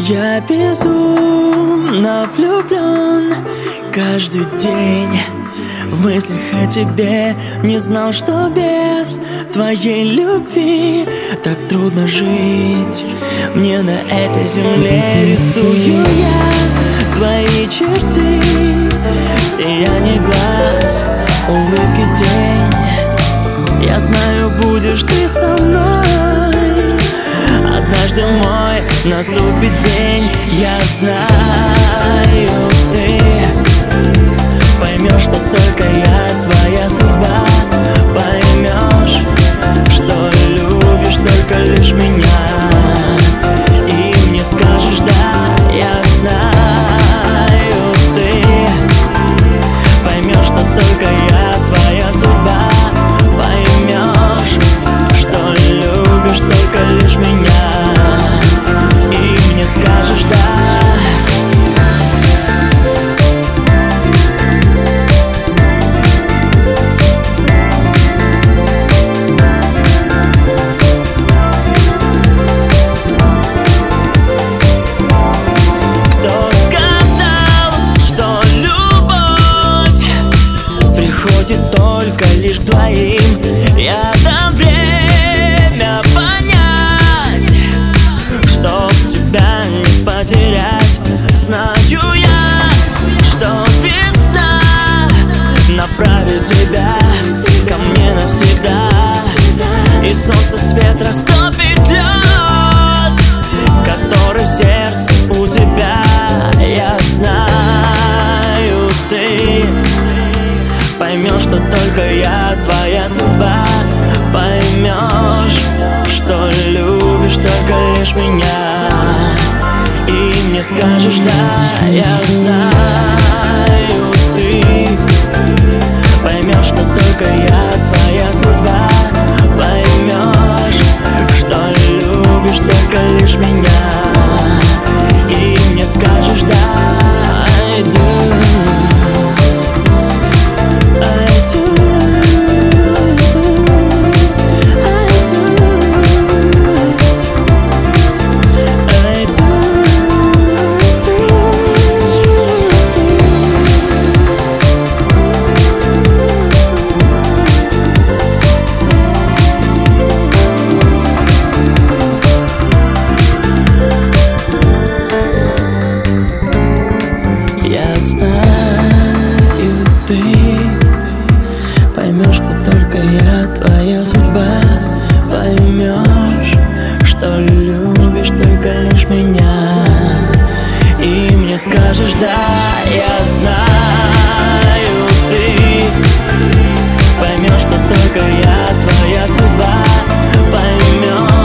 Я безумно влюблен каждый день. В мыслях о тебе не знал, что без твоей любви так трудно жить. Мне на этой земле рисую я твои черты, сияние глаз, улыбки день. Я знаю, будешь ты со мной. Однажды мой наступит день. Я знаю, ты поймешь, что только я твоя судьба. Поймешь, что любишь только лишь меня. И мне скажешь да. Я знаю, ты поймешь, что только я твоя судьба. Поймешь, что любишь только лишь меня. И мне скажешь да. Только лишь двоим. Я дам время понять, чтоб тебя не потерять. Знаю я, что весна направит тебя ко мне навсегда. И солнце свет растопит лед, который в сердце у тебя. Я знаю, ты поймешь, что только я твоя судьба. Поймешь, что любишь только лишь меня. И мне скажешь да. Я знаю, ты поймешь, что только я твоя судьба. Поймешь, что любишь только лишь меня. И мне скажешь да. I do. Я знаю, ты поймешь, что только я твоя судьба. Поймешь, что любишь только лишь меня. И мне скажешь да. Я знаю, ты поймешь, что только я твоя судьба. Поймешь.